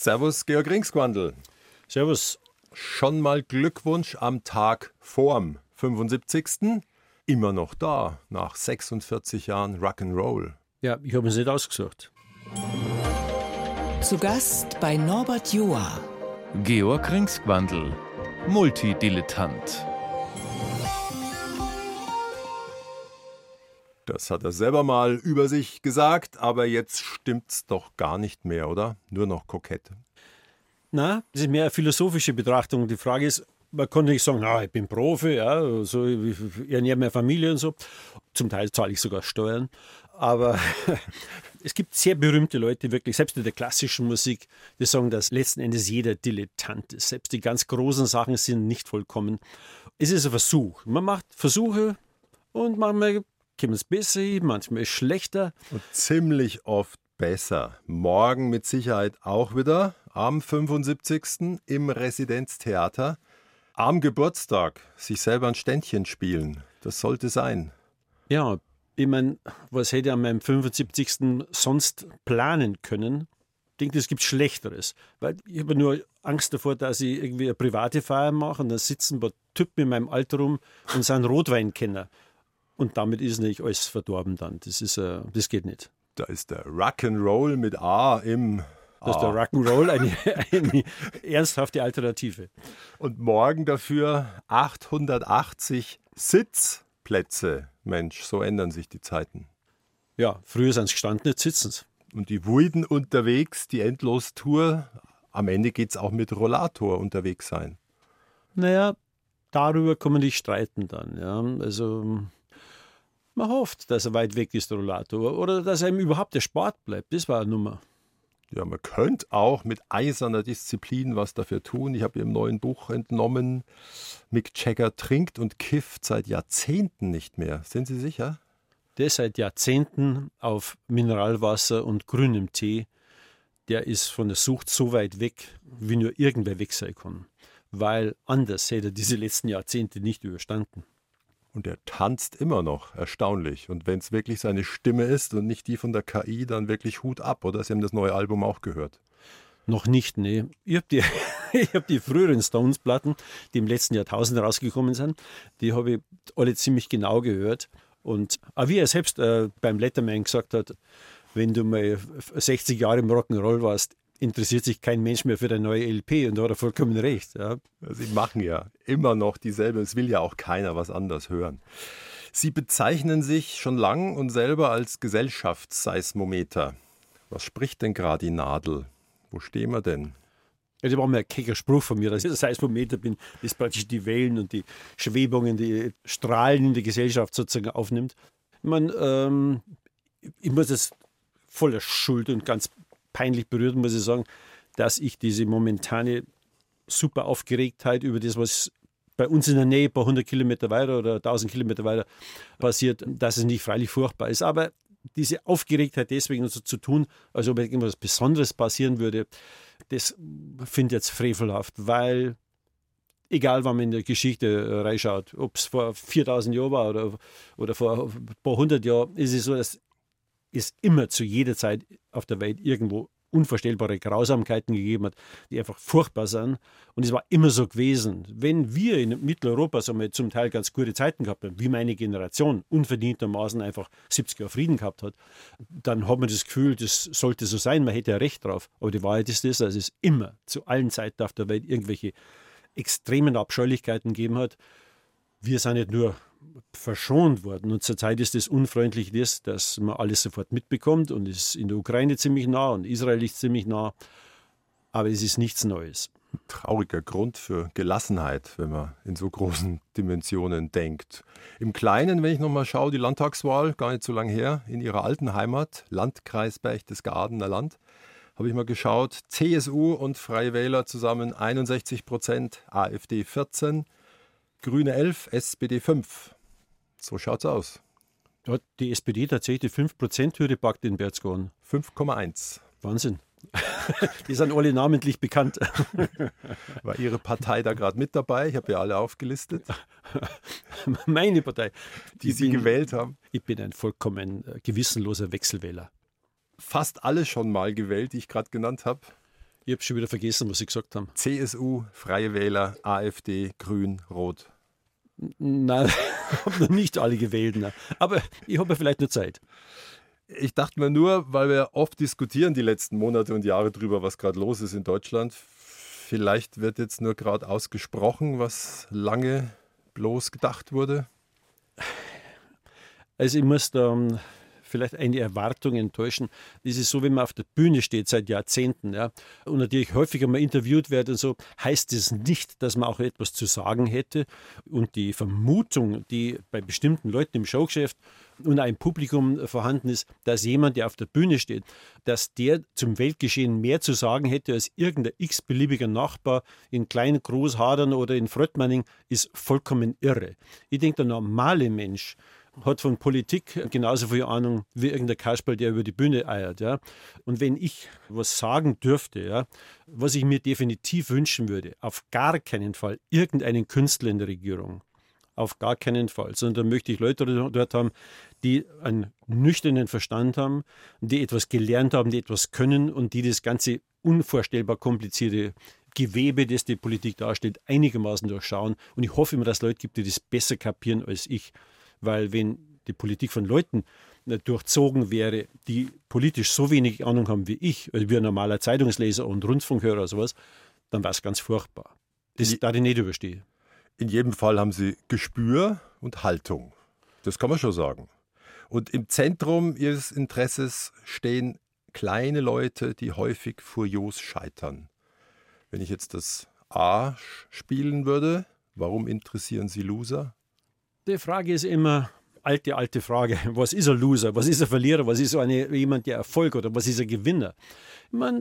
Servus, Georg Ringsgwandl. Servus. Schon mal Glückwunsch am Tag vorm 75. Immer noch da, nach 46 Jahren Rock'n'Roll. Ja, ich habe es nicht ausgesucht. Zu Gast bei Norbert Joa. Georg Ringsgwandl, Multidilettant. Das hat er selber mal über sich gesagt, aber jetzt stimmt's doch gar nicht mehr, oder? Nur noch kokett. Na, das ist mehr eine philosophische Betrachtung. Die Frage ist, man kann nicht sagen, ich bin Profi, ja, so, ich ernähre meine Familie und so. Zum Teil zahle ich sogar Steuern. Aber es gibt sehr berühmte Leute, wirklich, selbst in der klassischen Musik, die sagen, dass letzten Endes jeder Dilettant ist. Selbst die ganz großen Sachen sind nicht vollkommen. Es ist ein Versuch. Man macht Versuche und manchmal kommt es besser, manchmal schlechter. Und ziemlich oft besser. Morgen mit Sicherheit auch wieder am 75. im Residenztheater. Am Geburtstag sich selber ein Ständchen spielen. Das sollte sein. Ja, ich meine, was hätte ich an meinem 75. sonst planen können? Ich denke, es gibt Schlechteres. Weil ich habe nur Angst davor, dass ich irgendwie eine private Feier mache und dann sitzen ein paar Typen in meinem Alter rum und sind Rotweinkenner. Und damit ist nicht alles verdorben dann. Das geht nicht. Da ist der Rock'n'Roll mit A im Das ist der Rock'n'Roll eine ernsthafte Alternative. Und morgen dafür 880 Sitzplätze. Mensch, so ändern sich die Zeiten. Ja, früher sind es gestanden, jetzt sitzen sie. Und die Wuiden unterwegs, die Endlos-Tour. Am Ende geht es auch mit Rollator unterwegs sein. Naja, darüber kann man nicht streiten dann. Ja. Also man hofft, dass er weit weg ist, der Rollator. Oder dass er ihm überhaupt erspart bleibt. Das war eine Nummer. Ja, man könnte auch mit eiserner Disziplin was dafür tun. Ich habe Ihrem neuen Buch entnommen, Mick Jagger trinkt und kifft seit Jahrzehnten nicht mehr. Sind Sie sicher? Der ist seit Jahrzehnten auf Mineralwasser und grünem Tee. Der ist von der Sucht so weit weg, wie nur irgendwer weg sein kann. Weil anders hätte er diese letzten Jahrzehnte nicht überstanden. Und er tanzt immer noch, erstaunlich. Und wenn es wirklich seine Stimme ist und nicht die von der KI, dann wirklich Hut ab. Oder Sie haben das neue Album auch gehört? Noch nicht, nee. Ich habe die früheren Stones-Platten, die im letzten Jahrtausend rausgekommen sind, die habe ich alle ziemlich genau gehört. Und auch wie er selbst beim Letterman gesagt hat, wenn du mal 60 Jahre im Rock'n'Roll warst, interessiert sich kein Mensch mehr für deine neue LP, und da hat er vollkommen recht. Ja. Sie machen ja immer noch dieselbe, es will ja auch keiner was anderes hören. Sie bezeichnen sich schon lang und selber als Gesellschaftsseismometer. Was spricht denn gerade die Nadel? Wo stehen wir denn? Ja, das war mal ein kecker Spruch von mir, dass ich ein Seismometer bin, das praktisch die Wellen und die Schwebungen, die Strahlen in der Gesellschaft sozusagen aufnimmt. Ich muss es voller Schuld und ganz peinlich berührt, muss ich sagen, dass ich diese momentane super Aufgeregtheit über das, was bei uns in der Nähe ein paar 100 Kilometer weiter oder 1000 Kilometer weiter passiert, dass es nicht freilich furchtbar ist. Aber diese Aufgeregtheit deswegen so zu tun, als ob irgendwas Besonderes passieren würde, das finde ich jetzt frevelhaft, weil egal, wann man in der Geschichte reinschaut, ob es vor 4000 Jahren war oder vor ein paar hundert Jahren, ist es so, dass es immer zu jeder Zeit auf der Welt irgendwo unvorstellbare Grausamkeiten gegeben hat, die einfach furchtbar sind. Und es war immer so gewesen. Wenn wir in Mitteleuropa so mal zum Teil ganz gute Zeiten gehabt haben, wie meine Generation unverdientermaßen einfach 70 Jahre Frieden gehabt hat, dann hat man das Gefühl, das sollte so sein, man hätte ja recht drauf. Aber die Wahrheit ist das, dass es immer zu allen Zeiten auf der Welt irgendwelche extremen Abscheulichkeiten gegeben hat. Wir sind nicht nur verschont worden. Und zurzeit ist es unfreundlich, dass man alles sofort mitbekommt, und es ist in der Ukraine ziemlich nah und Israel ist ziemlich nah. Aber es ist nichts Neues. Trauriger Grund für Gelassenheit, wenn man in so großen Dimensionen denkt. Im Kleinen, wenn ich nochmal schaue, die Landtagswahl, gar nicht so lange her, in Ihrer alten Heimat, Landkreis Berchtesgadener Land, habe ich mal geschaut, CSU und Freie Wähler zusammen 61%, AfD 14%, Grüne 11, SPD 5. So schaut's aus. Hat die SPD tatsächlich die 5%-Hürde gepackt in Berchtesgaden? 5,1. Wahnsinn. Die sind alle namentlich bekannt. War Ihre Partei da gerade mit dabei? Ich habe ja alle aufgelistet. Meine Partei. Die Sie gewählt haben? Ich bin ein vollkommen gewissenloser Wechselwähler. Fast alle schon mal gewählt, die ich gerade genannt habe. Ich habe schon wieder vergessen, was Sie gesagt haben. CSU, Freie Wähler, AfD, Grün, Rot. Nein, ich habe noch nicht alle gewählt. Nein. Aber ich habe ja vielleicht nur Zeit. Ich dachte mir nur, weil wir oft diskutieren die letzten Monate und Jahre drüber, was gerade los ist in Deutschland. Vielleicht wird jetzt nur gerade ausgesprochen, was lange bloß gedacht wurde. Also ich muss da vielleicht eine Erwartung enttäuschen. Das ist so, wenn man auf der Bühne steht seit Jahrzehnten, ja, und natürlich häufiger mal interviewt wird und so, heißt es nicht, dass man auch etwas zu sagen hätte. Und die Vermutung, die bei bestimmten Leuten im Showgeschäft und auch im Publikum vorhanden ist, dass jemand, der auf der Bühne steht, dass der zum Weltgeschehen mehr zu sagen hätte als irgendein x-beliebiger Nachbar in Klein-Großhadern oder in Fröttmanning, ist vollkommen irre. Ich denke, der normale Mensch hat von Politik genauso viel Ahnung wie irgendein Kasperl, der über die Bühne eiert. Ja. Und wenn ich was sagen dürfte, ja, was ich mir definitiv wünschen würde, auf gar keinen Fall irgendeinen Künstler in der Regierung. Auf gar keinen Fall. Sondern da möchte ich Leute dort haben, die einen nüchternen Verstand haben, die etwas gelernt haben, die etwas können und die das ganze unvorstellbar komplizierte Gewebe, das die Politik darstellt, einigermaßen durchschauen. Und ich hoffe immer, dass es Leute gibt, die das besser kapieren als ich. Weil wenn die Politik von Leuten durchzogen wäre, die politisch so wenig Ahnung haben wie ich, also wie ein normaler Zeitungsleser und Rundfunkhörer oder sowas, dann wäre es ganz furchtbar. Das darf ich nicht überstehen. In jedem Fall haben Sie Gespür und Haltung. Das kann man schon sagen. Und im Zentrum Ihres Interesses stehen kleine Leute, die häufig furios scheitern. Wenn ich jetzt das A spielen würde, warum interessieren Sie Loser? Die Frage ist immer, alte Frage, was ist ein Loser, was ist ein Verlierer, was ist so jemand, der Erfolg oder was ist ein Gewinner? Ich meine,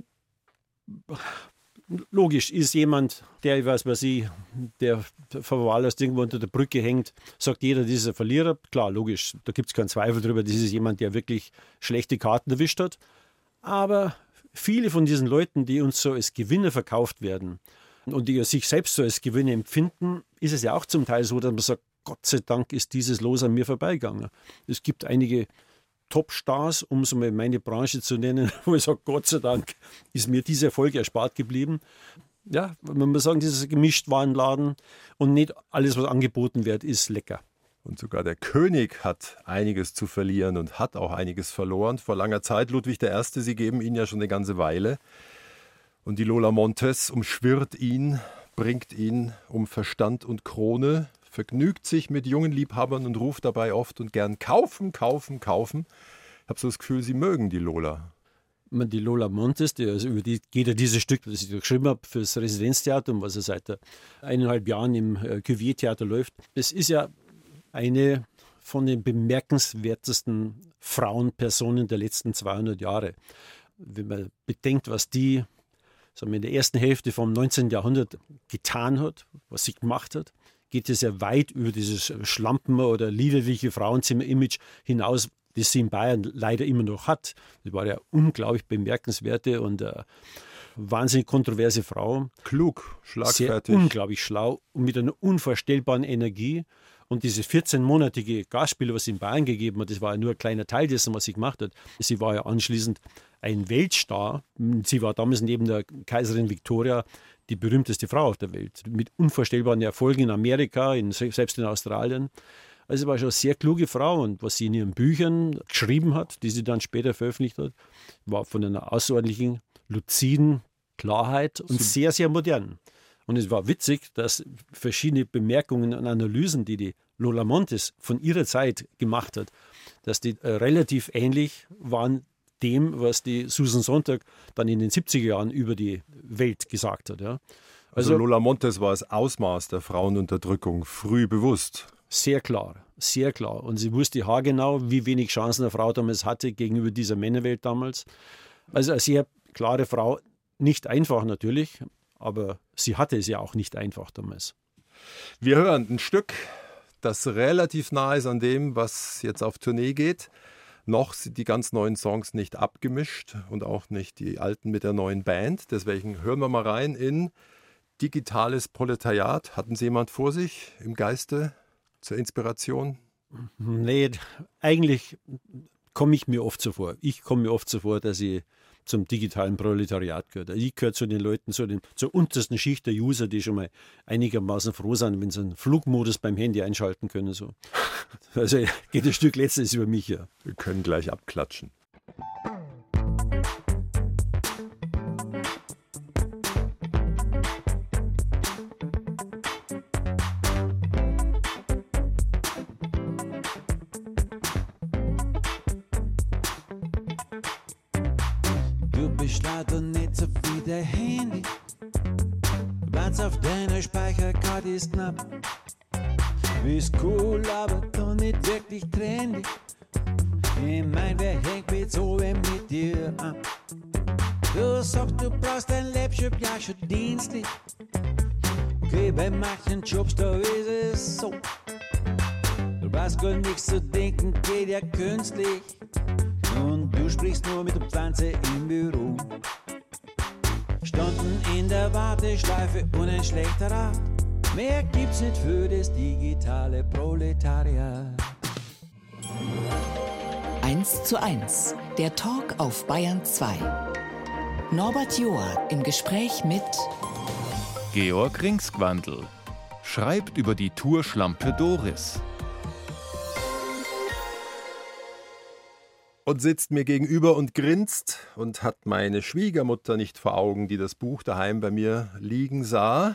logisch ist jemand, der, ich weiß was ich, der verwahrlost irgendwo unter der Brücke hängt, sagt jeder, das ist ein Verlierer. Klar, logisch, da gibt es keinen Zweifel drüber, das ist jemand, der wirklich schlechte Karten erwischt hat. Aber viele von diesen Leuten, die uns so als Gewinner verkauft werden und die sich selbst so als Gewinner empfinden, ist es ja auch zum Teil so, dass man sagt, Gott sei Dank ist dieses Los an mir vorbeigegangen. Es gibt einige Top-Stars, um so mal meine Branche zu nennen, wo ich sage, Gott sei Dank ist mir dieser Erfolg erspart geblieben. Ja, man muss sagen, dieses Gemischtwarenladen und nicht alles, was angeboten wird, ist lecker. Und sogar der König hat einiges zu verlieren und hat auch einiges verloren. Vor langer Zeit, Ludwig I., Sie geben ihn ja schon eine ganze Weile. Und die Lola Montez umschwirrt ihn, bringt ihn um Verstand und Krone, vergnügt sich mit jungen Liebhabern und ruft dabei oft und gern kaufen, kaufen, kaufen. Ich habe so das Gefühl, Sie mögen die Lola. Die Lola Montez, über die geht ja dieses Stück, das ich geschrieben habe, für das Residenztheater und was ja seit 1,5 Jahren im Cuvier-Theater läuft. Das ist ja eine von den bemerkenswertesten Frauenpersonen der letzten 200 Jahre. Wenn man bedenkt, was die sagen wir, in der ersten Hälfte vom 19. Jahrhundert getan hat, was sie gemacht hat, geht es ja weit über dieses Schlampen- oder liederliche Frauenzimmer-Image hinaus, das sie in Bayern leider immer noch hat. Sie war ja unglaublich bemerkenswerte und wahnsinnig kontroverse Frau. Klug, schlagfertig. Sehr unglaublich schlau und mit einer unvorstellbaren Energie. Und diese 14-monatige Gastspiele, was sie in Bayern gegeben hat, das war ja nur ein kleiner Teil dessen, was sie gemacht hat. Sie war ja anschließend ein Weltstar. Sie war damals neben der Kaiserin Victoria die berühmteste Frau auf der Welt. Mit unvorstellbaren Erfolgen in Amerika, selbst in Australien. Also sie war schon eine sehr kluge Frau. Und was sie in ihren Büchern geschrieben hat, die sie dann später veröffentlicht hat, war von einer außerordentlichen, luziden Klarheit und sehr, sehr modern. Und es war witzig, dass verschiedene Bemerkungen und Analysen, die Lola Montez von ihrer Zeit gemacht hat, dass die relativ ähnlich waren dem, was die Susan Sontag dann in den 70er Jahren über die Welt gesagt hat. Ja. Also Lola Montez war das Ausmaß der Frauenunterdrückung früh bewusst. Sehr klar, sehr klar. Und sie wusste haargenau, wie wenig Chancen eine Frau damals hatte gegenüber dieser Männerwelt damals. Also eine sehr klare Frau, nicht einfach natürlich, aber sie hatte es ja auch nicht einfach damals. Wir hören ein Stück, das relativ nah ist an dem, was jetzt auf Tournee geht. Noch sind die ganz neuen Songs nicht abgemischt und auch nicht die alten mit der neuen Band. Deswegen hören wir mal rein in Digitales Proletariat. Hatten Sie jemand vor sich im Geiste zur Inspiration? Nee, eigentlich komme ich mir oft so vor. Ich komme mir oft so vor, dass ich zum digitalen Proletariat gehört. Ich gehöre zu den Leuten, zur untersten Schicht der User, die schon mal einigermaßen froh sind, wenn sie einen Flugmodus beim Handy einschalten können. So. Also geht ein Stück letztes über mich, ja. Wir können gleich abklatschen. Du bist leider nicht so wie dein Handy. Platz auf deiner Speicherkarte ist knapp. Bist cool, aber doch nicht wirklich trendy. Ich mein, wer hängt mit so wem mit dir ab? Du sagst, du brauchst ein Laptop, ja schon dienstlich. Okay, bei manchen Jobs, da ist es so. Du brauchst gar nichts zu denken, geht ja künstlich. Und du sprichst nur mit der Pflanze im Büro. Stunden in der Warteschleife und ein schlechter Rat. Mehr gibt's nicht für das digitale Proletariat. 1:1, der Talk auf Bayern 2. Norbert Joa im Gespräch mit Georg Ringsgwandl schreibt über die Tourschlampe Doris. Und sitzt mir gegenüber und grinst und hat meine Schwiegermutter nicht vor Augen, die das Buch daheim bei mir liegen sah.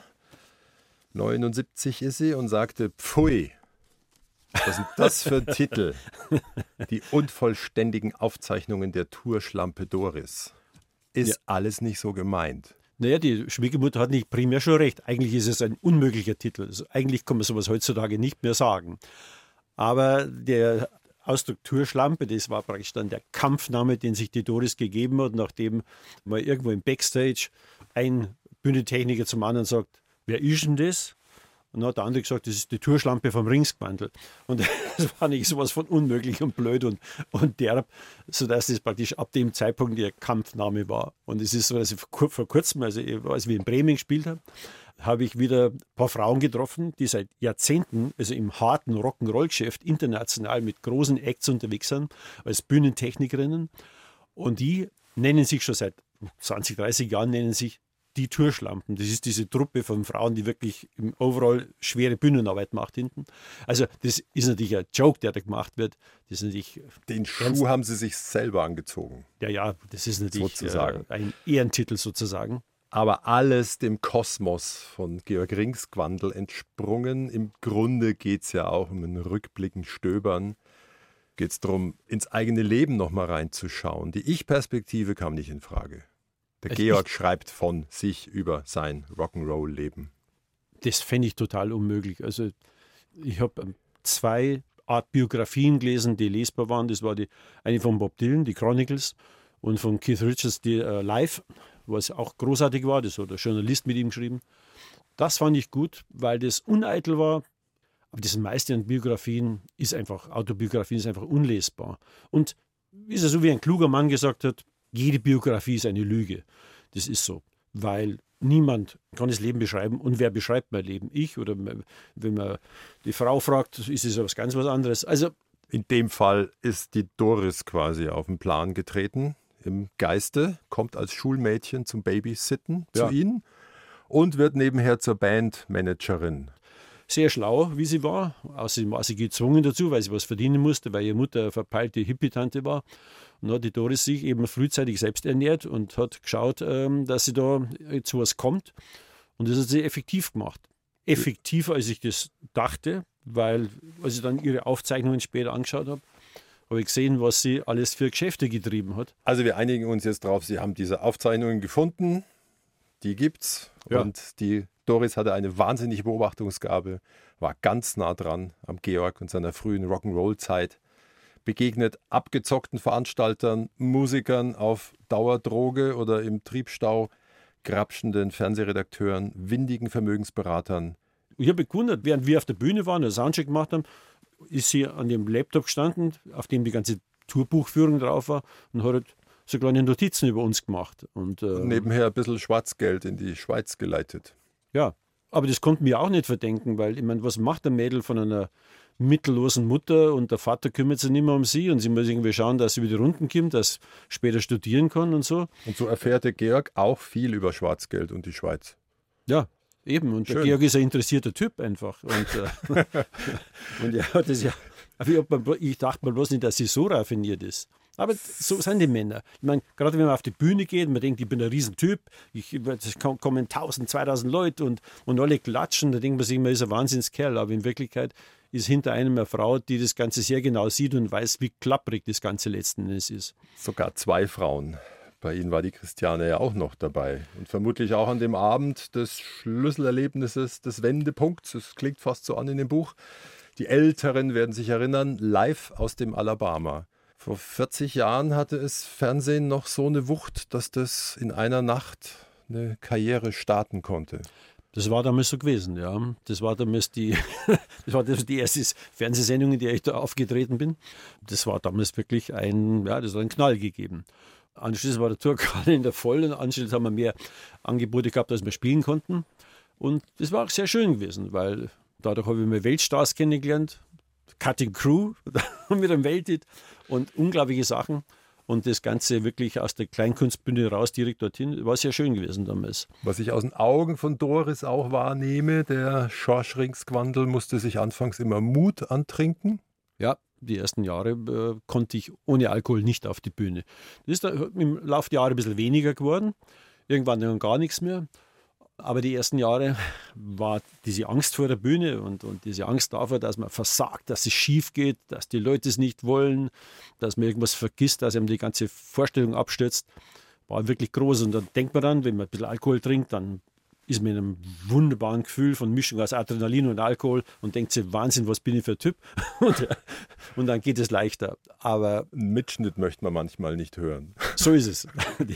79 ist sie und sagte, pfui, was sind das für ein Titel? Die unvollständigen Aufzeichnungen der Tourschlampe Doris. Ist alles nicht so gemeint. Naja, die Schwiegermutter hat nicht primär schon recht. Eigentlich ist es ein unmöglicher Titel. Also eigentlich kann man sowas heutzutage nicht mehr sagen. Aber der Ausdruck Tourschlampe, das war praktisch dann der Kampfname, den sich die Doris gegeben hat, nachdem mal irgendwo im Backstage ein Bühnentechniker zum anderen sagt, wer ist denn das? Und dann hat der andere gesagt, das ist die Tourschlampe vom Ringsgwandl. Und das war nicht sowas von unmöglich und blöd und derb, sodass das praktisch ab dem Zeitpunkt ihr Kampfname war. Und es ist so, dass ich vor kurzem, als wir in Bremen gespielt haben, habe ich wieder ein paar Frauen getroffen, die seit Jahrzehnten, also im harten Rock'n'Roll-Geschäft, international mit großen Acts unterwegs sind, als Bühnentechnikerinnen. Und die nennen sich schon seit 20, 30 Jahren, nennen sich die Tourschlampen. Das ist diese Truppe von Frauen, die wirklich im Overall schwere Bühnenarbeit macht hinten. Also das ist natürlich ein Joke, der da gemacht wird. Das ist natürlich Den Schuh haben sie sich selber angezogen. Ja, das ist natürlich sozusagen ein Ehrentitel sozusagen. Aber alles dem Kosmos von Georg Ringsgwandl entsprungen. Im Grunde geht es ja auch um ein Rückblicken, Stöbern. Geht es darum, ins eigene Leben nochmal reinzuschauen. Die Ich-Perspektive kam nicht in Frage. Der Georg schreibt von sich über sein Rock'n'Roll-Leben. Das fände ich total unmöglich. Also ich habe 2 Art Biografien gelesen, die lesbar waren. Das war eine von Bob Dylan, die Chronicles, und von Keith Richards, die Live, was auch großartig war. Das hat der Journalist mit ihm geschrieben. Das fand ich gut, weil das uneitel war. Aber das meiste an Biografien ist einfach, Autobiografien ist einfach unlesbar. Und ist ja so, wie ein kluger Mann gesagt hat, jede Biografie ist eine Lüge. Das ist so, weil niemand kann das Leben beschreiben. Und wer beschreibt mein Leben? Ich? Oder wenn man die Frau fragt, ist es was ganz was anderes. Also in dem Fall ist die Doris quasi auf den Plan getreten. Im Geiste, kommt als Schulmädchen zum Babysitten zu ihnen und wird nebenher zur Bandmanagerin. Sehr schlau, wie sie war. Außerdem war sie gezwungen dazu, weil sie was verdienen musste, weil ihre Mutter eine verpeilte Hippie-Tante war. Und dann hat die Doris sich eben frühzeitig selbst ernährt und hat geschaut, dass sie da zu was kommt. Und das hat sie effektiv gemacht. Effektiver, als ich das dachte, weil als ich dann ihre Aufzeichnungen später angeschaut habe, habe ich gesehen, was sie alles für Geschäfte getrieben hat. Also wir einigen uns jetzt drauf, Sie haben diese Aufzeichnungen gefunden, die gibt's. Ja. Und die Doris hatte eine wahnsinnige Beobachtungsgabe, war ganz nah dran am Georg und seiner frühen Rock'n'Roll-Zeit, begegnet abgezockten Veranstaltern, Musikern auf Dauerdroge oder im Triebstau, grapschenden Fernsehredakteuren, windigen Vermögensberatern. Ich habe mich gewundert, während wir auf der Bühne waren, einen Soundcheck gemacht haben, ist sie an dem Laptop gestanden, auf dem die ganze Tourbuchführung drauf war, und hat so kleine Notizen über uns gemacht. Und nebenher ein bisschen Schwarzgeld in die Schweiz geleitet. Ja, aber das konnten wir auch nicht verdenken, weil, ich meine, was macht ein Mädel von einer mittellosen Mutter und der Vater kümmert sich nicht mehr um sie und sie muss irgendwie schauen, dass sie wieder Runden kommt, dass sie später studieren kann und so. Und so erfährt der Georg auch viel über Schwarzgeld und die Schweiz. Ja, eben. Und Schön. der Georg ist ein interessierter Typ einfach. Und, und er hat das ja, ich dachte mir bloß nicht, dass sie so raffiniert ist. Aber so sind die Männer. Ich meine, gerade wenn man auf die Bühne geht, man denkt, ich bin ein Riesentyp, es kommen 1000, 2000 Leute und alle klatschen, da denkt man sich, man ist ein Wahnsinnskerl. Aber in Wirklichkeit ist hinter einem eine Frau, die das Ganze sehr genau sieht und weiß, wie klapprig das Ganze letzten Endes ist. Sogar 2 Frauen. Bei Ihnen war die Christiane ja auch noch dabei. Und vermutlich auch an dem Abend des Schlüsselerlebnisses, des Wendepunkts. Das klingt fast so an in dem Buch. Die Älteren werden sich erinnern, live aus dem Alabama. Vor 40 Jahren hatte es Fernsehen noch so eine Wucht, dass das in einer Nacht eine Karriere starten konnte. Das war damals so gewesen, ja. Das war damals die erste Fernsehsendung, in der ich da aufgetreten bin. Das war damals wirklich das hat einen Knall gegeben. Anschließend war der Tourkalender voll und anschließend haben wir mehr Angebote gehabt, als wir spielen konnten. Und das war auch sehr schön gewesen, weil dadurch habe ich mir Weltstars kennengelernt, Cutting Crew mit einem Welthit und unglaubliche Sachen. Und das Ganze wirklich aus der Kleinkunstbühne raus direkt dorthin, war sehr schön gewesen damals. Was ich aus den Augen von Doris auch wahrnehme, der Schorsch Ringsgwandl musste sich anfangs immer Mut antrinken. Ja, die ersten Jahre konnte ich ohne Alkohol nicht auf die Bühne. Das ist im Laufe der Jahre ein bisschen weniger geworden. Irgendwann dann gar nichts mehr. Aber die ersten Jahre war diese Angst vor der Bühne und diese Angst davor, dass man versagt, dass es schief geht, dass die Leute es nicht wollen, dass man irgendwas vergisst, dass einem die ganze Vorstellung abstürzt, war wirklich groß. Und dann denkt man dann, wenn man ein bisschen Alkohol trinkt, dann ist man in einem wunderbaren Gefühl von Mischung aus Adrenalin und Alkohol und denkt sich, Wahnsinn, was bin ich für ein Typ? Und dann geht es leichter. Aber einen Mitschnitt möchte man manchmal nicht hören. So ist es.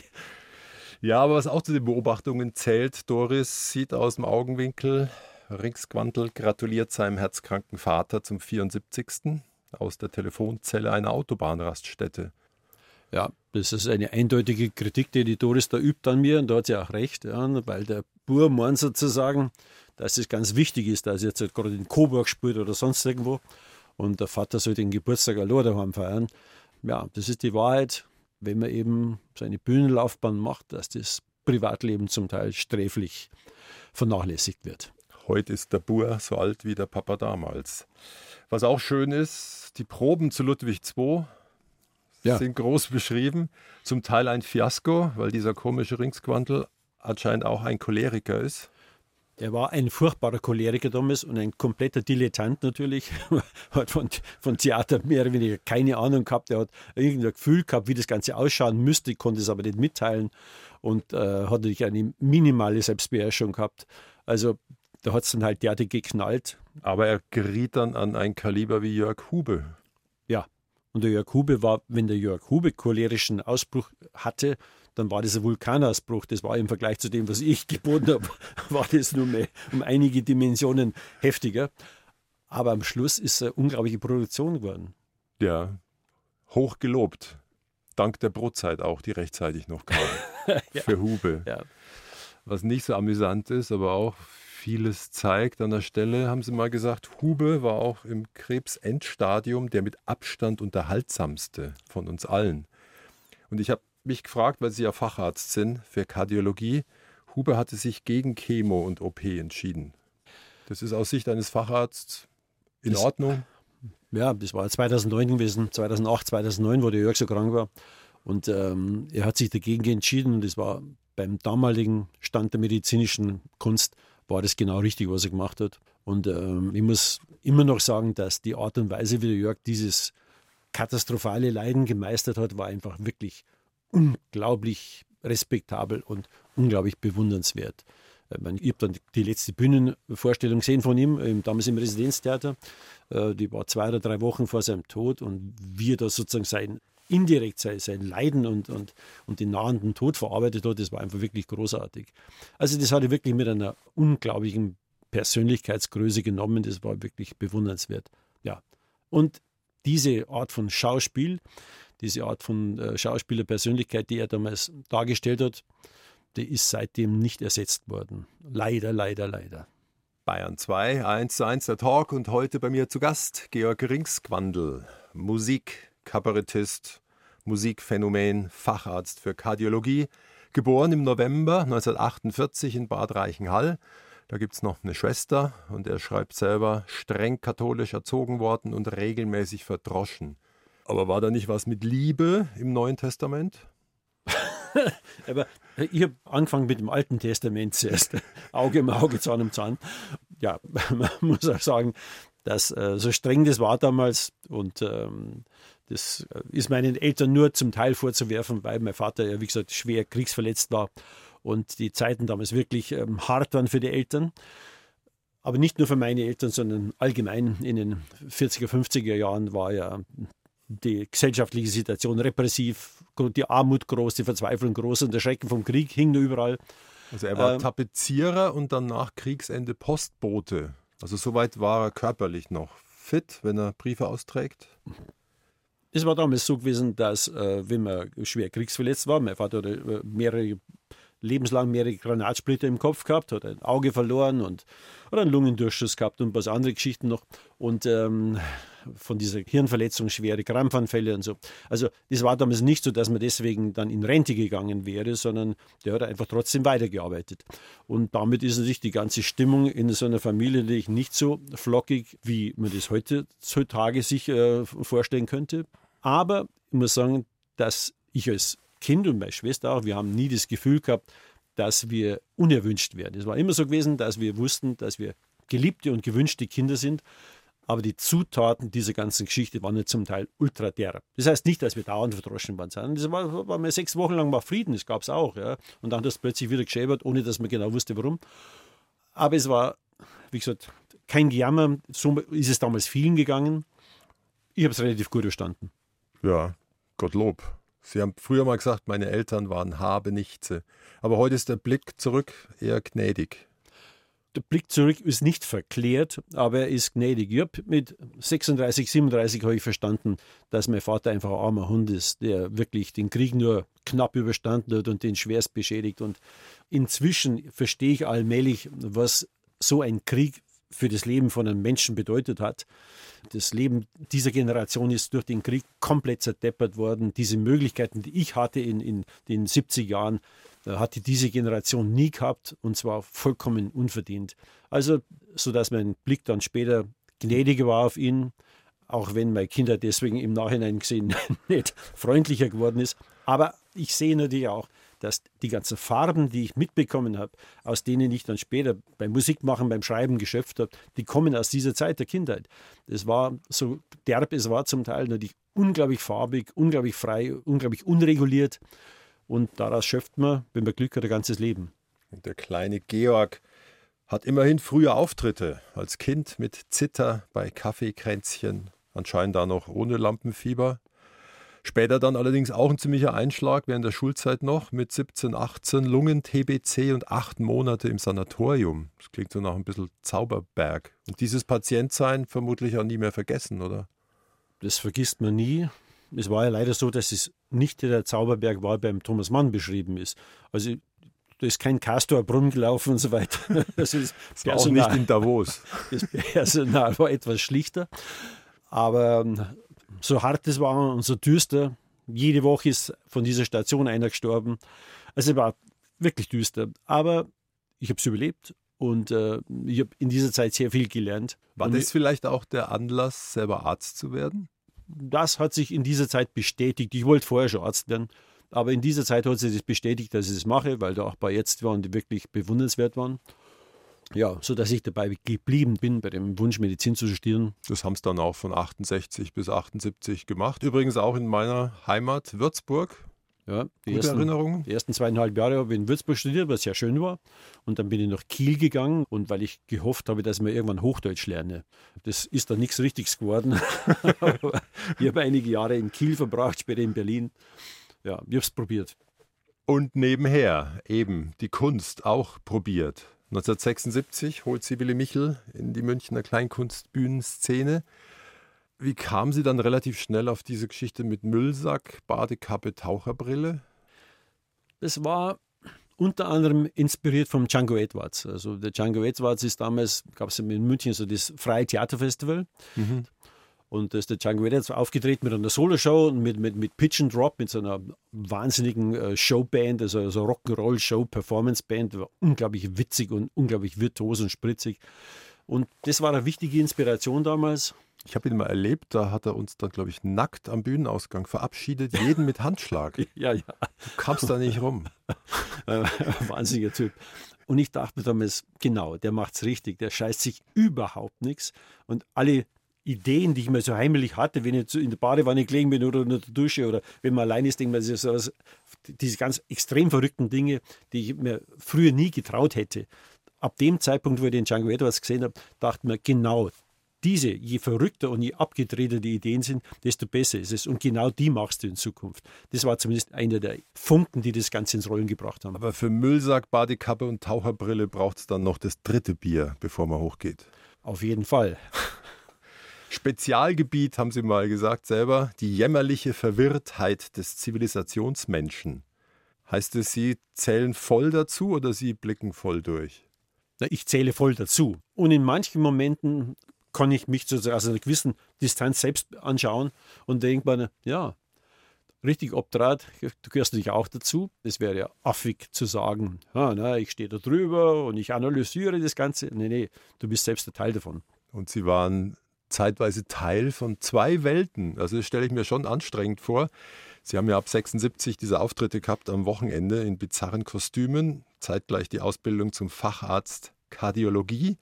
Ja, aber was auch zu den Beobachtungen zählt, Doris sieht aus dem Augenwinkel, Ringsgwandl gratuliert seinem herzkranken Vater zum 74. aus der Telefonzelle einer Autobahnraststätte. Ja, das ist eine eindeutige Kritik, die Doris da übt an mir und da hat sie auch recht, ja, weil der Bub meint sozusagen, dass es ganz wichtig ist, dass er jetzt gerade in Coburg spielt oder sonst irgendwo und der Vater soll den Geburtstag allein daheim feiern. Ja, das ist die Wahrheit. Wenn man eben seine Bühnenlaufbahn macht, dass das Privatleben zum Teil sträflich vernachlässigt wird. Heute ist der Bur so alt wie der Papa damals. Was auch schön ist, die Proben zu Ludwig II sind groß beschrieben. Zum Teil ein Fiasko, weil dieser komische Ringsgwandl anscheinend auch ein Choleriker ist. Er war ein furchtbarer Choleriker damals und ein kompletter Dilettant natürlich. Hat von Theater mehr oder weniger keine Ahnung gehabt. Er hat irgendein Gefühl gehabt, wie das Ganze ausschauen müsste, konnte es aber nicht mitteilen und hat natürlich eine minimale Selbstbeherrschung gehabt. Also da hat es dann halt derartig geknallt. Aber er geriet dann an ein Kaliber wie Jörg Hube. Ja, und der Jörg Hube war, wenn der Jörg Hube cholerischen Ausbruch hatte, dann war das ein Vulkanausbruch. Das war im Vergleich zu dem, was ich geboten habe, war das nur mehr um einige Dimensionen heftiger. Aber am Schluss ist es eine unglaubliche Produktion geworden. Ja, hoch gelobt. Dank der Brotzeit auch, die rechtzeitig noch kam. Ja. Für Hube. Ja. Was nicht so amüsant ist, aber auch vieles zeigt. An der Stelle haben sie mal gesagt, Hube war auch im Krebsendstadium der mit Abstand unterhaltsamste von uns allen. Und ich habe mich gefragt, weil Sie ja Facharzt sind für Kardiologie, Hube hatte sich gegen Chemo und OP entschieden. Das ist aus Sicht eines Facharztes in Ordnung? Ja, das war 2009 gewesen, 2008, 2009, wo der Jörg so krank war. Und er hat sich dagegen entschieden und das war beim damaligen Stand der medizinischen Kunst, war das genau richtig, was er gemacht hat. Und ich muss immer noch sagen, dass die Art und Weise, wie der Jörg dieses katastrophale Leiden gemeistert hat, war einfach wirklich unglaublich respektabel und unglaublich bewundernswert. Ich habe dann die letzte Bühnenvorstellung gesehen von ihm, damals im Residenztheater. Die war 2 oder 3 Wochen vor seinem Tod und wie er da sozusagen sein Leiden und den nahenden Tod verarbeitet hat, das war einfach wirklich großartig. Also das hat er wirklich mit einer unglaublichen Persönlichkeitsgröße genommen, das war wirklich bewundernswert. Ja. Und diese Art von Schauspiel, diese Art von Schauspielerpersönlichkeit, die er damals dargestellt hat, die ist seitdem nicht ersetzt worden. Leider, leider, leider. Bayern 2, 1:1 der Talk und heute bei mir zu Gast Georg Ringsgwandl, Musik, Kabarettist, Musikphänomen, Facharzt für Kardiologie, geboren im November 1948 in Bad Reichenhall. Da gibt es noch eine Schwester und er schreibt selber, streng katholisch erzogen worden und regelmäßig verdroschen. Aber war da nicht was mit Liebe im Neuen Testament? Aber ich habe angefangen mit dem Alten Testament zuerst. Auge um Auge, Zahn um Zahn. Ja, man muss auch sagen, dass so streng das war damals und das ist meinen Eltern nur zum Teil vorzuwerfen, weil mein Vater ja, wie gesagt, schwer kriegsverletzt war und die Zeiten damals wirklich hart waren für die Eltern. Aber nicht nur für meine Eltern, sondern allgemein in den 40er, 50er Jahren war ja die gesellschaftliche Situation repressiv, die Armut groß, die Verzweiflung groß und der Schrecken vom Krieg hing nur überall. Also er war Tapezierer und dann nach Kriegsende Postbote. Also soweit war er körperlich noch fit, wenn er Briefe austrägt? Es war damals so gewesen, dass wenn man schwer kriegsverletzt war, mein Vater hatte lebenslang mehrere Granatsplitter im Kopf gehabt, hat ein Auge verloren und hat einen Lungendurchschuss gehabt und ein paar andere Geschichten noch. Und von dieser Hirnverletzung schwere Krampfanfälle und so. Also das war damals nicht so, dass man deswegen dann in Rente gegangen wäre, sondern der hat einfach trotzdem weitergearbeitet. Und damit ist natürlich die ganze Stimmung in so einer Familie natürlich nicht so flockig, wie man das heutzutage sich vorstellen könnte. Aber ich muss sagen, dass ich als Kind und meine Schwester auch, wir haben nie das Gefühl gehabt, dass wir unerwünscht werden. Es war immer so gewesen, dass wir wussten, dass wir geliebte und gewünschte Kinder sind, aber die Zutaten dieser ganzen Geschichte waren ja zum Teil ultra derb. Das heißt nicht, dass wir dauernd verdroschen waren, sondern das war mal 6 Wochen lang mal Frieden, das gab es auch. Ja. Und dann hat das plötzlich wieder geschäbert, ohne dass man genau wusste, warum. Aber es war, wie gesagt, kein Gejammer, so ist es damals vielen gegangen. Ich habe es relativ gut verstanden. Ja, Gottlob. Sie haben früher mal gesagt, meine Eltern waren Habenichtse. Aber heute ist der Blick zurück eher gnädig. Der Blick zurück ist nicht verklärt, aber er ist gnädig. Ich habe mit 36, 37 habe ich verstanden, dass mein Vater einfach ein armer Hund ist, der wirklich den Krieg nur knapp überstanden hat und den schwerst beschädigt. Und inzwischen verstehe ich allmählich, was so ein Krieg für das Leben von einem Menschen bedeutet hat. Das Leben dieser Generation ist durch den Krieg komplett zerdeppert worden. Diese Möglichkeiten, die ich hatte in den 70 Jahren, hatte diese Generation nie gehabt und zwar vollkommen unverdient. Also, sodass mein Blick dann später gnädiger war auf ihn, auch wenn meine Kinder deswegen im Nachhinein gesehen nicht freundlicher geworden ist. Aber ich sehe natürlich auch, dass die ganzen Farben, die ich mitbekommen habe, aus denen ich dann später beim Musikmachen, beim Schreiben geschöpft habe, die kommen aus dieser Zeit der Kindheit. Es war so derb, es war zum Teil natürlich unglaublich farbig, unglaublich frei, unglaublich unreguliert. Und daraus schöpft man, wenn man Glück hat, ein ganzes Leben. Und der kleine Georg hat immerhin frühe Auftritte. Als Kind mit Zither bei Kaffeekränzchen, anscheinend da noch ohne Lampenfieber. Später dann allerdings auch ein ziemlicher Einschlag während der Schulzeit noch mit 17, 18 Lungen-TBC und 8 Monate im Sanatorium. Das klingt so nach ein bisschen Zauberberg. Und dieses Patientsein vermutlich auch nie mehr vergessen, oder? Das vergisst man nie. Es war ja leider so, dass es nicht der Zauberberg war, beim Thomas Mann beschrieben ist. Also da ist kein Castorbrunnen gelaufen und so weiter. Das war auch nicht in Davos. Das Personal war etwas schlichter. Aber so hart es war und so düster, jede Woche ist von dieser Station einer gestorben. Also es war wirklich düster. Aber ich habe es überlebt und ich habe in dieser Zeit sehr viel gelernt. War das vielleicht auch der Anlass, selber Arzt zu werden? Das hat sich in dieser Zeit bestätigt. Ich wollte vorher schon Arzt werden, aber in dieser Zeit hat sich das bestätigt, dass ich das mache, weil da auch ein paar Ärzte waren, die wirklich bewundernswert waren. Ja, sodass ich dabei geblieben bin, bei dem Wunsch, Medizin zu studieren. Das haben es dann auch von 68 bis 78 gemacht. Übrigens auch in meiner Heimat Würzburg. Ja, Gute Erinnerungen? Die ersten 2,5 Jahre habe ich in Würzburg studiert, was sehr schön war. Und dann bin ich nach Kiel gegangen und weil ich gehofft habe, dass ich mir irgendwann Hochdeutsch lerne. Das ist dann nichts Richtiges geworden. Ich habe einige Jahre in Kiel verbracht, später in Berlin. Ja, ich habe es probiert. Und nebenher eben die Kunst auch probiert. 1976 holt Sibylle Michel in die Münchner Kleinkunstbühnenszene. Wie kam sie dann relativ schnell auf diese Geschichte mit Müllsack, Badekappe, Taucherbrille? Das war unter anderem inspiriert vom Django Edwards. Also der Django Edwards ist damals, gab es in München so das Freie Theaterfestival. Und da ist der Django Edwards aufgetreten mit einer Soloshow und mit Pitch and Drop, mit so einer wahnsinnigen Showband, also so Rock'n'Roll-Show-Performance-Band. War unglaublich witzig und unglaublich virtuos und spritzig. Und das war eine wichtige Inspiration damals. Ich habe ihn mal erlebt, da hat er uns dann, glaube ich, nackt am Bühnenausgang verabschiedet, jeden mit Handschlag. Ja. Du kamst da nicht rum. Wahnsinniger Typ. Und ich dachte mir damals, genau, der macht's richtig, der scheißt sich überhaupt nichts. Und alle Ideen, die ich mir so heimlich hatte, wenn ich in der Badewanne gelegen bin oder in der Dusche oder wenn man allein ist, denkt man sich so, diese ganz extrem verrückten Dinge, die ich mir früher nie getraut hätte. Ab dem Zeitpunkt, wo ich den Django Edwards gesehen habe, dachte ich mir, genau, diese, je verrückter und je abgedrehter die Ideen sind, desto besser ist es. Und genau die machst du in Zukunft. Das war zumindest einer der Funken, die das Ganze ins Rollen gebracht haben. Aber für Müllsack, Badekappe und Taucherbrille braucht es dann noch das dritte Bier, bevor man hochgeht. Auf jeden Fall. Spezialgebiet, haben Sie mal gesagt selber, die jämmerliche Verwirrtheit des Zivilisationsmenschen. Heißt es, Sie zählen voll dazu oder Sie blicken voll durch? Ich zähle voll dazu. Und in manchen Momenten kann ich mich aus einer gewissen Distanz selbst anschauen und denke mir, ja, richtig obdraht, du gehörst natürlich auch dazu. Es wäre ja affig zu sagen, ich stehe da drüber und ich analysiere das Ganze. Nee, du bist selbst ein Teil davon. Und Sie waren zeitweise Teil von 2 Welten. Also das stelle ich mir schon anstrengend vor. Sie haben ja ab 76 diese Auftritte gehabt am Wochenende in bizarren Kostümen, zeitgleich die Ausbildung zum Facharzt Kardiologie,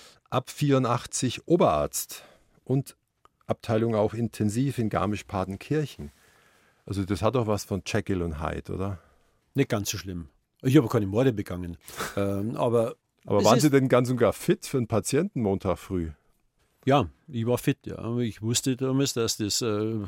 ab 84 Oberarzt und Abteilung auch intensiv in Garmisch-Partenkirchen. Also das hat doch was von Jekyll und Hyde, oder? Nicht ganz so schlimm. Ich habe keine Morde begangen. Aber waren Sie denn ganz und gar fit für einen Patienten Montag früh? Ja, ich war fit. Ja. Ich wusste damals, dass das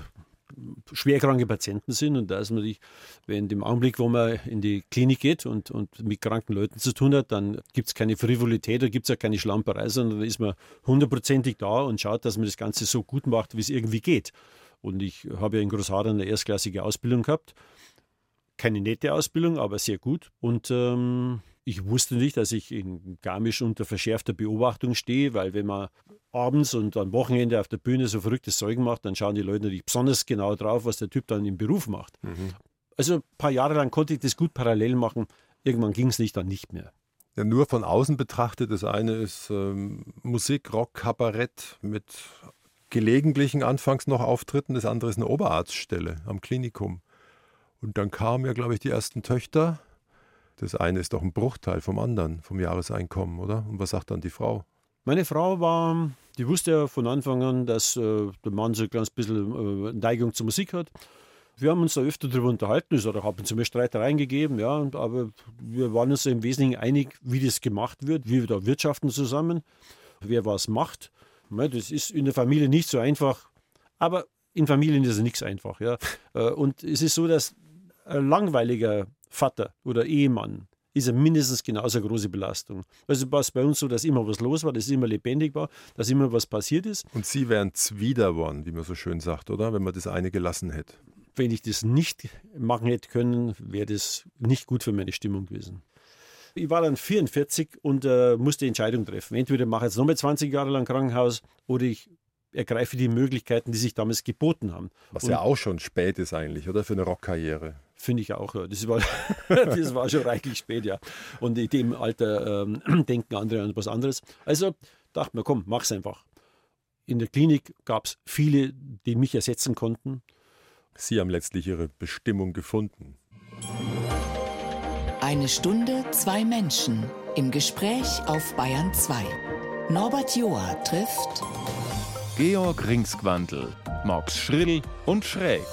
schwerkranke Patienten sind und dass man wenn im Augenblick, wo man in die Klinik geht und mit kranken Leuten zu tun hat, dann gibt es keine Frivolität, da gibt es auch keine Schlamperei, sondern da ist man 100%ig da und schaut, dass man das Ganze so gut macht, wie es irgendwie geht. Und ich habe ja in Großhadern eine erstklassige Ausbildung gehabt. Keine nette Ausbildung, aber sehr gut. Und ich wusste nicht, dass ich in Garmisch unter verschärfter Beobachtung stehe, weil wenn man abends und am Wochenende auf der Bühne so verrücktes Zeug macht, dann schauen die Leute natürlich besonders genau drauf, was der Typ dann im Beruf macht. Also ein paar Jahre lang konnte ich das gut parallel machen. Irgendwann ging es dann nicht mehr. Ja, nur von außen betrachtet, das eine ist Musik, Rock, Kabarett mit gelegentlichen anfangs noch Auftritten, das andere ist eine Oberarztstelle am Klinikum. Und dann kamen ja, glaube ich, die ersten Töchter. Das eine ist doch ein Bruchteil vom anderen, vom Jahreseinkommen, oder? Und was sagt dann die Frau? Meine Frau die wusste ja von Anfang an, dass der Mann so ein kleines bisschen Neigung zur Musik hat. Wir haben uns da öfter darüber unterhalten, es hat auch ab und zu mehr Streitereien gegeben, ja, aber wir waren uns im Wesentlichen einig, wie das gemacht wird, wie wir da wirtschaften zusammen, wer was macht. Das ist in der Familie nicht so einfach, aber in Familien ist es nichts einfach. Ja. Und es ist so, dass ein langweiliger Vater oder Ehemann ist ja mindestens genauso eine große Belastung. Also war es bei uns so, dass immer was los war, dass es immer lebendig war, dass immer was passiert ist. Und Sie wären zwider worden, wie man so schön sagt, oder? Wenn man das eine gelassen hätte. Wenn ich das nicht machen hätte können, wäre das nicht gut für meine Stimmung gewesen. Ich war dann 44 und musste Entscheidung treffen. Entweder mache ich jetzt nochmal 20 Jahre lang Krankenhaus oder ich ergreife die Möglichkeiten, die sich damals geboten haben. Was ja auch schon spät ist eigentlich, oder? Für eine Rockkarriere. Finde ich auch, ja. Das war schon reichlich spät, ja. Und in dem Alter denken andere an was anderes. Also dachte mir, komm, mach's einfach. In der Klinik gab es viele, die mich ersetzen konnten. Sie haben letztlich Ihre Bestimmung gefunden. 1 Stunde, 2 Menschen im Gespräch auf Bayern 2. Norbert Joa trifft Georg Ringsgwandl, Max Schrill und Schräg.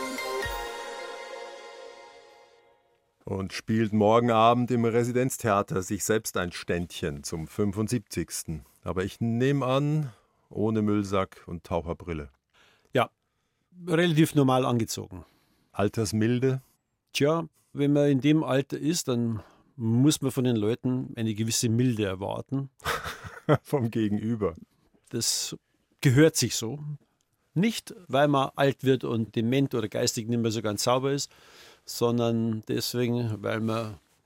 Und spielt morgen Abend im Residenztheater sich selbst ein Ständchen zum 75. Aber ich nehme an, ohne Müllsack und Taucherbrille. Ja, relativ normal angezogen. Altersmilde? Tja, wenn man in dem Alter ist, dann muss man von den Leuten eine gewisse Milde erwarten. Vom Gegenüber. Das gehört sich so. Nicht, weil man alt wird und dement oder geistig nicht mehr so ganz sauber ist, sondern deswegen, weil man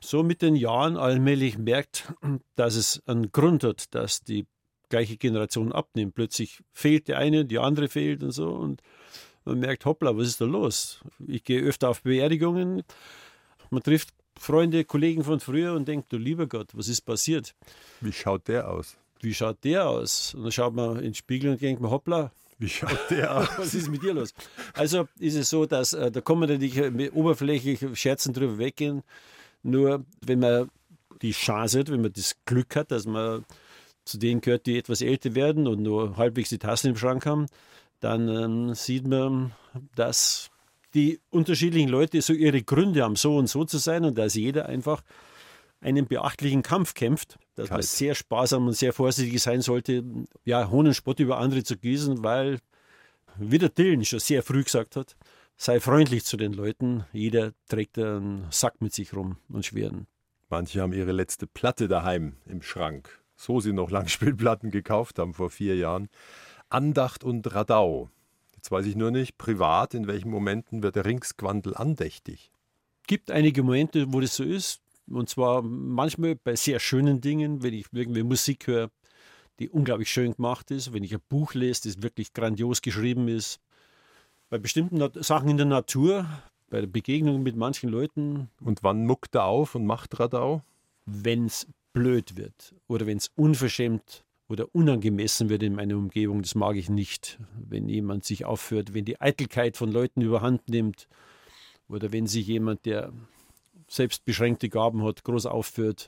so mit den Jahren allmählich merkt, dass es einen Grund hat, dass die gleiche Generation abnimmt. Plötzlich fehlt die eine, die andere fehlt und so. Und man merkt, hoppla, was ist da los? Ich gehe öfter auf Beerdigungen. Man trifft Freunde, Kollegen von früher und denkt, du lieber Gott, was ist passiert? Wie schaut der aus? Wie schaut der aus? Und dann schaut man in den Spiegel und denkt man, hoppla, Wie schaut der aus? was ist mit dir los? Also ist es so, dass da kann man nicht mit oberflächlich Scherzen drüber weggehen. Nur wenn man die Chance hat, wenn man das Glück hat, dass man zu denen gehört, die etwas älter werden und nur halbwegs die Tassen im Schrank haben, dann sieht man, dass die unterschiedlichen Leute so ihre Gründe haben, so und so zu sein und dass jeder einfach einen beachtlichen Kampf kämpft, dass man sehr sparsam und sehr vorsichtig sein sollte, ja, Hohn und Spott über andere zu gießen, weil, wie der Dylan schon sehr früh gesagt hat, sei freundlich zu den Leuten, jeder trägt einen Sack mit sich rum, einen schweren. Manche haben ihre letzte Platte daheim im Schrank, so sie noch Langspielplatten gekauft haben vor 4 Jahren. Andacht und Radau. Jetzt weiß ich nur nicht, privat, in welchen Momenten wird der Ringsgwandl andächtig? Gibt einige Momente, wo das so ist. Und zwar manchmal bei sehr schönen Dingen, wenn ich irgendwie Musik höre, die unglaublich schön gemacht ist, wenn ich ein Buch lese, das wirklich grandios geschrieben ist. Bei bestimmten Sachen in der Natur, bei der Begegnung mit manchen Leuten. Und wann muckt er auf und macht Radau? Wenn es blöd wird oder wenn es unverschämt oder unangemessen wird in meiner Umgebung, das mag ich nicht. Wenn jemand sich aufführt, wenn die Eitelkeit von Leuten überhand nimmt oder wenn sich jemand, der selbst beschränkte Gaben hat, groß aufführt,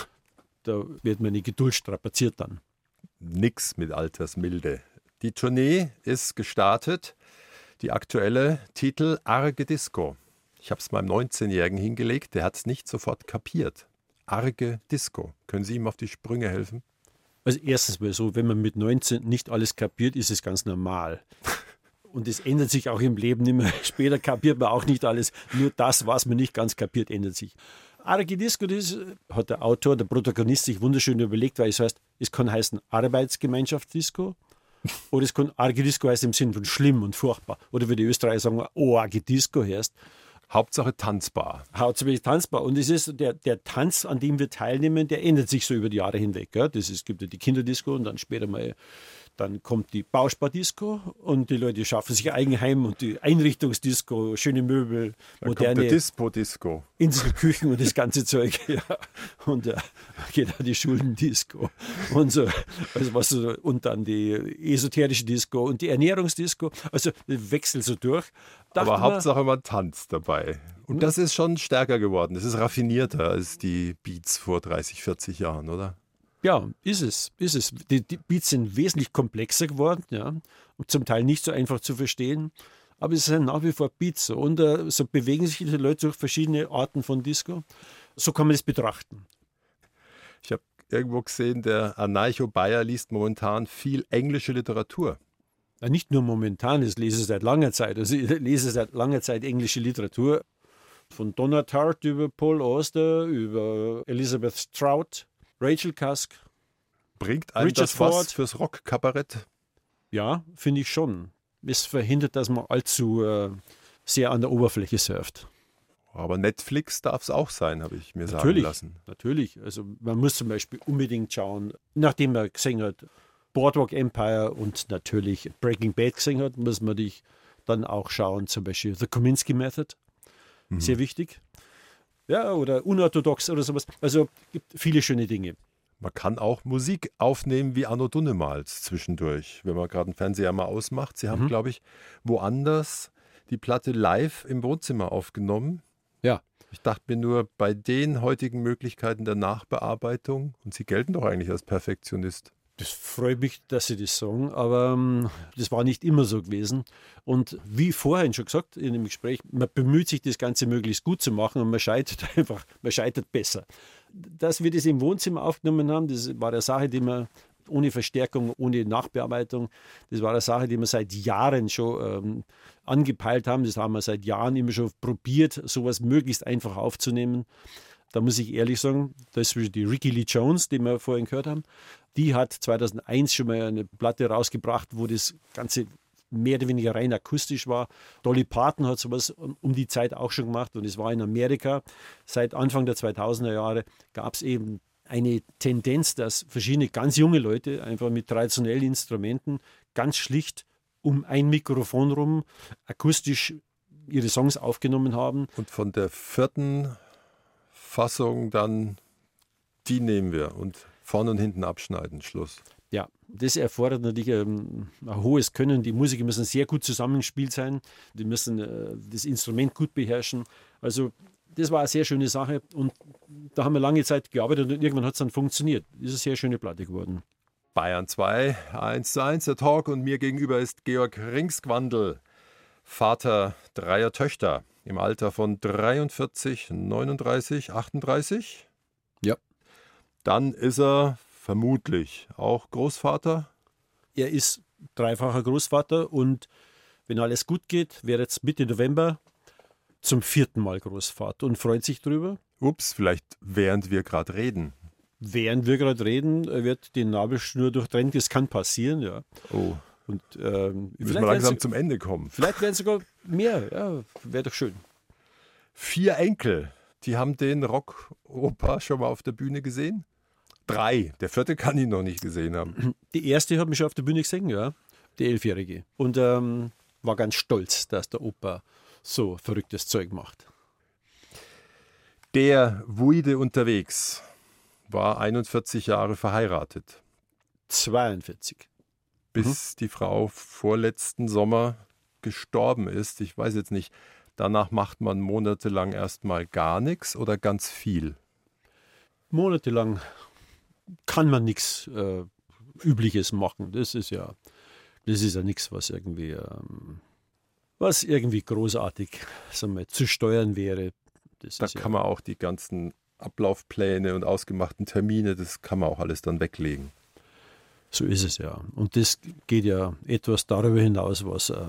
da wird meine Geduld strapaziert dann. Nix mit Altersmilde. Die Tournee ist gestartet. Die aktuelle Titel Arge Disco. Ich habe es meinem 19-Jährigen hingelegt, der hat es nicht sofort kapiert. Arge Disco. Können Sie ihm auf die Sprünge helfen? Also erstens mal so, wenn man mit 19 nicht alles kapiert, ist es ganz normal. Und es ändert sich auch im Leben immer. Später kapiert man auch nicht alles. Nur das, was man nicht ganz kapiert, ändert sich. Arge Disco, das hat der Autor, der Protagonist sich wunderschön überlegt, weil es heißt, es kann heißen Arbeitsgemeinschaftsdisco oder es kann Arge Disco heißen im Sinn von schlimm und furchtbar. Oder wie die Österreicher sagen, oh, Arge Disco heißt. Hauptsache tanzbar. Hauptsache tanzbar. Und es ist der Tanz, an dem wir teilnehmen, der ändert sich so über die Jahre hinweg. Gell? Es gibt ja die Kinderdisco und dann später mal, dann kommt die Bauspardisco und die Leute schaffen sich Eigenheim und die Einrichtungsdisco, schöne Möbel, dann moderne kommt der Dispo-Disco. Inselküchen und das ganze Zeug. Ja. Und geht auch die Schulendisco und so. Also was so, und dann die esoterische Disco und die Ernährungsdisco. Also wechselt so durch. Aber Hauptsache man tanzt dabei. Und das ist schon stärker geworden. Das ist raffinierter als die Beats vor 30, 40 Jahren, oder? Ja, ist es. Die Beats sind wesentlich komplexer geworden, ja, und zum Teil nicht so einfach zu verstehen. Aber es sind nach wie vor Beats. Und so bewegen sich die Leute durch verschiedene Arten von Disco. So kann man das betrachten. Ich habe irgendwo gesehen, der Anarcho Bayer liest momentan viel englische Literatur. Ja, nicht nur momentan, ich lese seit langer Zeit. Also ich lese seit langer Zeit englische Literatur. Von Donna Tartt über Paul Auster, über Elizabeth Strout, Rachel Cusk. Bringt einem Richard das was Ford. fürs Rockkabarett? Ja, finde ich schon. Es verhindert, dass man allzu sehr an der Oberfläche surft. Aber Netflix darf es auch sein, habe ich mir sagen lassen. Natürlich. Also man muss zum Beispiel unbedingt schauen, nachdem man gesehen hat, Boardwalk Empire und natürlich Breaking Bad gesehen hat, muss man dich dann auch schauen, zum Beispiel The Kominsky Method. Sehr wichtig. Ja, oder unorthodox oder sowas. Also gibt viele schöne Dinge. Man kann auch Musik aufnehmen wie Anno Dunnemals zwischendurch, wenn man gerade einen Fernseher mal ausmacht. Sie haben, glaube ich, woanders die Platte live im Wohnzimmer aufgenommen. Ja. Ich dachte mir nur, bei den heutigen Möglichkeiten der Nachbearbeitung, und Sie gelten doch eigentlich als Perfektionist. Das freut mich, dass Sie das sagen, aber das war nicht immer so gewesen. Und wie vorhin schon gesagt in dem Gespräch, man bemüht sich, das Ganze möglichst gut zu machen und man scheitert besser. Dass wir das im Wohnzimmer aufgenommen haben, das war eine Sache, die wir ohne Verstärkung, ohne Nachbearbeitung, das war eine Sache, die wir seit Jahren schon angepeilt haben. Das haben wir seit Jahren immer schon probiert, sowas möglichst einfach aufzunehmen. Da muss ich ehrlich sagen, das ist die Ricky Lee Jones, die wir vorhin gehört haben. Die hat 2001 schon mal eine Platte rausgebracht, wo das Ganze mehr oder weniger rein akustisch war. Dolly Parton hat sowas um die Zeit auch schon gemacht und es war in Amerika. Seit Anfang der 2000er Jahre gab es eben eine Tendenz, dass verschiedene ganz junge Leute einfach mit traditionellen Instrumenten ganz schlicht um ein Mikrofon rum akustisch ihre Songs aufgenommen haben. Und von der 4. Fassung dann, die nehmen wir und vorne und hinten abschneiden, Schluss. Ja, das erfordert natürlich ein hohes Können. Die Musiker müssen sehr gut zusammengespielt sein. Die müssen das Instrument gut beherrschen. Also das war eine sehr schöne Sache und da haben wir lange Zeit gearbeitet und irgendwann hat es dann funktioniert. Das ist eine sehr schöne Platte geworden. Bayern 2, 1:1, der Talk und mir gegenüber ist Georg Ringsgwandl, Vater 3 Töchter im Alter von 43, 39, 38. Ja. Dann ist er vermutlich auch Großvater. Er ist dreifacher Großvater und wenn alles gut geht, wäre jetzt Mitte November zum 4. Mal Großvater und freut sich drüber. Ups, vielleicht während wir gerade reden. Während wir gerade reden, wird die Nabelschnur durchtrennt. Das kann passieren, ja. Oh, Und müssen wir langsam zum Ende kommen. vielleicht werden sogar mehr, ja, wäre doch schön. 4 Enkel, die haben den Rock-Opa schon mal auf der Bühne gesehen? 3, der 4. kann ihn noch nicht gesehen haben. Die erste hat mich schon auf der Bühne gesehen, ja, die 11-Jährige. Und war ganz stolz, dass der Opa so verrücktes Zeug macht. Der Wuide unterwegs war 41 Jahre verheiratet, 42. bis die Frau vorletzten Sommer gestorben ist. Ich weiß jetzt nicht, danach macht man monatelang erstmal gar nichts oder ganz viel? Monatelang kann man nichts Übliches machen. Das ist ja nichts, was irgendwie großartig, sagen wir, zu steuern wäre. Da kann man auch die ganzen Ablaufpläne und ausgemachten Termine, das kann man auch alles dann weglegen. So ist es ja. Und das geht ja etwas darüber hinaus,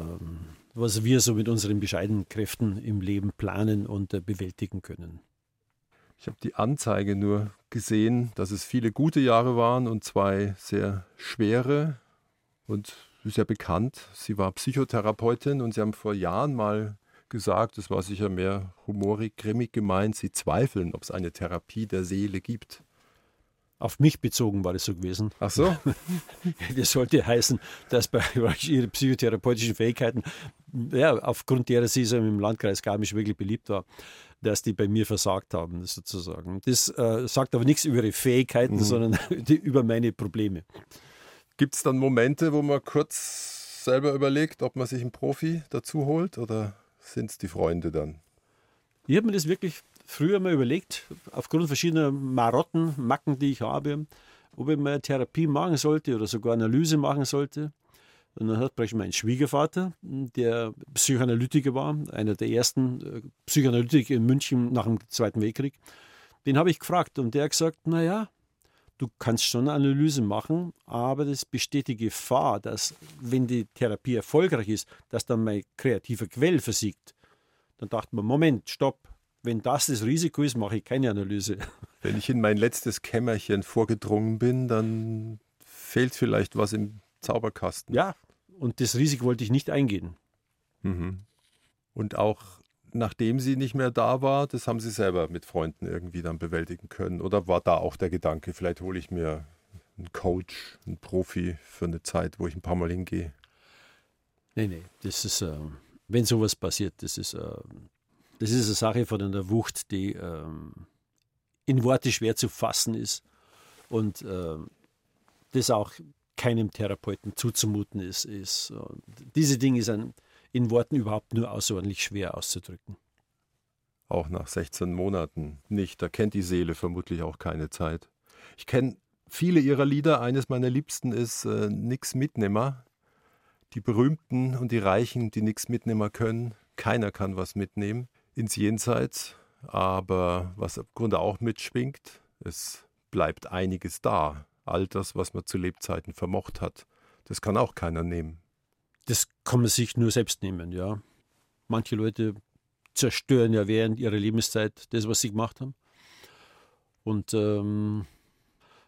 was wir so mit unseren bescheidenen Kräften im Leben planen und bewältigen können. Ich habe die Anzeige nur gesehen, dass es viele gute Jahre waren und 2 sehr schwere. Und es ist ja bekannt, sie war Psychotherapeutin und sie haben vor Jahren mal gesagt, das war sicher mehr humorig, grimmig gemeint, sie zweifeln, ob es eine Therapie der Seele gibt. Auf mich bezogen war das so gewesen. Ach so? Das sollte heißen, dass bei ihre psychotherapeutischen Fähigkeiten, ja, aufgrund derer sie so im Landkreis Garmisch wirklich beliebt war, dass die bei mir versagt haben, sozusagen. Das sagt aber nichts über ihre Fähigkeiten, sondern über meine Probleme. Gibt es dann Momente, wo man kurz selber überlegt, ob man sich einen Profi dazu holt oder sind es die Freunde dann? Ich habe mir das wirklich früher mal überlegt, aufgrund verschiedener Macken, die ich habe, ob ich mal eine Therapie machen sollte oder sogar Analyse machen sollte. Und dann hat praktisch mein Schwiegervater, der Psychoanalytiker war, einer der ersten Psychoanalytiker in München nach dem Zweiten Weltkrieg, den habe ich gefragt und der hat gesagt, naja, du kannst schon eine Analyse machen, aber es besteht die Gefahr, dass, wenn die Therapie erfolgreich ist, dass dann mein kreativer Quell versiegt. Dann dachte man, Moment, stopp, wenn das Risiko ist, mache ich keine Analyse. Wenn ich in mein letztes Kämmerchen vorgedrungen bin, dann fehlt vielleicht was im Zauberkasten. Ja, und das Risiko wollte ich nicht eingehen. Mhm. Und auch nachdem sie nicht mehr da war, das haben Sie selber mit Freunden irgendwie dann bewältigen können? Oder war da auch der Gedanke, vielleicht hole ich mir einen Coach, einen Profi für eine Zeit, wo ich ein paar Mal hingehe? Nee, das ist, wenn sowas passiert, das ist eine Sache von einer Wucht, die in Worte schwer zu fassen ist und das auch keinem Therapeuten zuzumuten ist. Diese Dinge sind in Worten überhaupt nur außerordentlich schwer auszudrücken. Auch nach 16 Monaten nicht. Da kennt die Seele vermutlich auch keine Zeit. Ich kenne viele ihrer Lieder. Eines meiner Liebsten ist Nix Mitnehmer. Die Berühmten und die Reichen, die nichts mitnehmen können. Keiner kann was mitnehmen ins Jenseits. Aber was im Grunde auch mitschwingt, es bleibt einiges da. All das, was man zu Lebzeiten vermocht hat, das kann auch keiner nehmen. Das kann man sich nur selbst nehmen, ja. Manche Leute zerstören ja während ihrer Lebenszeit das, was sie gemacht haben. Und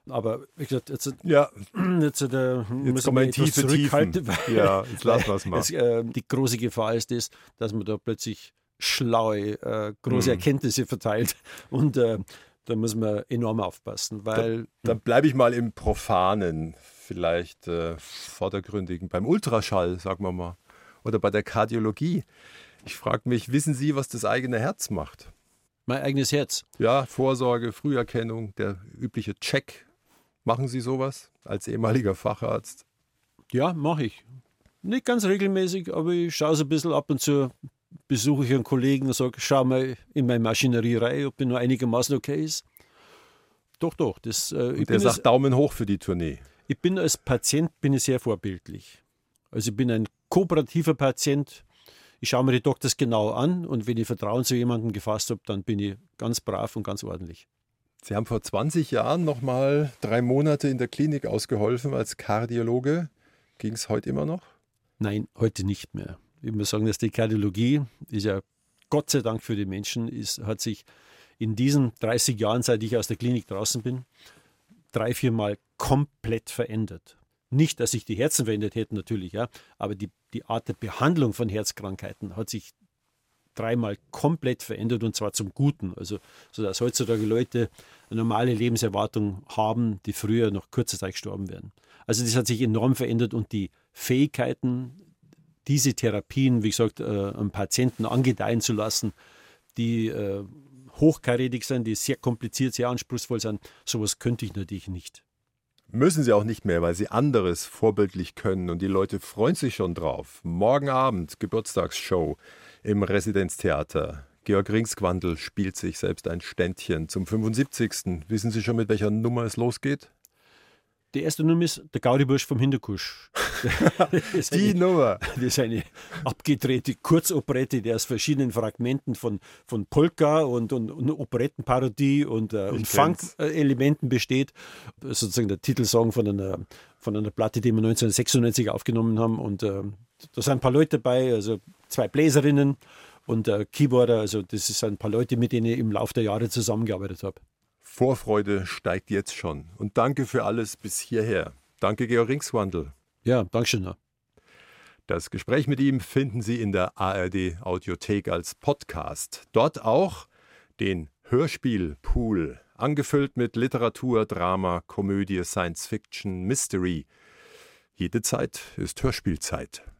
Aber wie gesagt, jetzt Jetzt kommen wir in tiefe Tiefen. Ja, jetzt lassen wir es mal. Die große Gefahr ist das, dass man da plötzlich schlaue, große Erkenntnisse verteilt. Und da muss man enorm aufpassen. Weil Dann bleibe ich mal im Profanen, vielleicht vordergründigen. Beim Ultraschall, sagen wir mal. Oder bei der Kardiologie. Ich frage mich, wissen Sie, was das eigene Herz macht? mein eigenes Herz. Ja, Vorsorge, Früherkennung, der übliche Check. Machen Sie sowas als ehemaliger Facharzt? Ja, mache ich. Nicht ganz regelmäßig, aber ich schaue so ein bisschen ab und zu, besuche ich einen Kollegen und sage, schau mal in meine Maschinerie rein, ob die nur einigermaßen okay ist. Doch. Der sagt Daumen hoch für die Tournee. Ich bin als Patient sehr vorbildlich. Also ich bin ein kooperativer Patient. Ich schaue mir die Doktors genau an und wenn ich Vertrauen zu jemandem gefasst habe, dann bin ich ganz brav und ganz ordentlich. Sie haben vor 20 Jahren noch mal 3 Monate in der Klinik ausgeholfen als Kardiologe. Ging es heute immer noch? Nein, heute nicht mehr. Ich muss sagen, dass die Kardiologie ist ja Gott sei Dank für die Menschen, hat sich in diesen 30 Jahren, seit ich aus der Klinik draußen bin, 3-4 Mal komplett verändert. Nicht, dass sich die Herzen verändert hätten, natürlich, ja, aber die Art der Behandlung von Herzkrankheiten hat sich 3-mal komplett verändert und zwar zum Guten. Also, sodass heutzutage Leute eine normale Lebenserwartung haben, die früher noch kurzer Zeit gestorben wären. Also, das hat sich enorm verändert und die Fähigkeiten, diese Therapien, wie gesagt, am Patienten angedeihen zu lassen, die hochkarätig sind, die sehr kompliziert, sehr anspruchsvoll sind, sowas könnte ich natürlich nicht. Müssen Sie auch nicht mehr, weil Sie anderes vorbildlich können und die Leute freuen sich schon drauf. Morgen Abend Geburtstagsshow im Residenztheater. Georg Ringsgwandl spielt sich selbst ein Ständchen zum 75. Wissen Sie schon, mit welcher Nummer es losgeht? Die erste Nummer ist der Gaudibursch vom Hinterkusch. Nummer. Das ist eine abgedrehte Kurzoperette, die aus verschiedenen Fragmenten von Polka und Operettenparodie und Funk-Elementen besteht. Sozusagen der Titelsong von einer Platte, die wir 1996 aufgenommen haben. Und da sind ein paar Leute dabei, also 2 Bläserinnen und Keyboarder. Also das sind ein paar Leute, mit denen ich im Laufe der Jahre zusammengearbeitet habe. Vorfreude steigt jetzt schon. Und danke für alles bis hierher. Danke, Georg Ringsgwandl. Ja, danke schön. Das Gespräch mit ihm finden Sie in der ARD-Audiothek als Podcast. Dort auch den Hörspielpool, angefüllt mit Literatur, Drama, Komödie, Science Fiction, Mystery. Jede Zeit ist Hörspielzeit.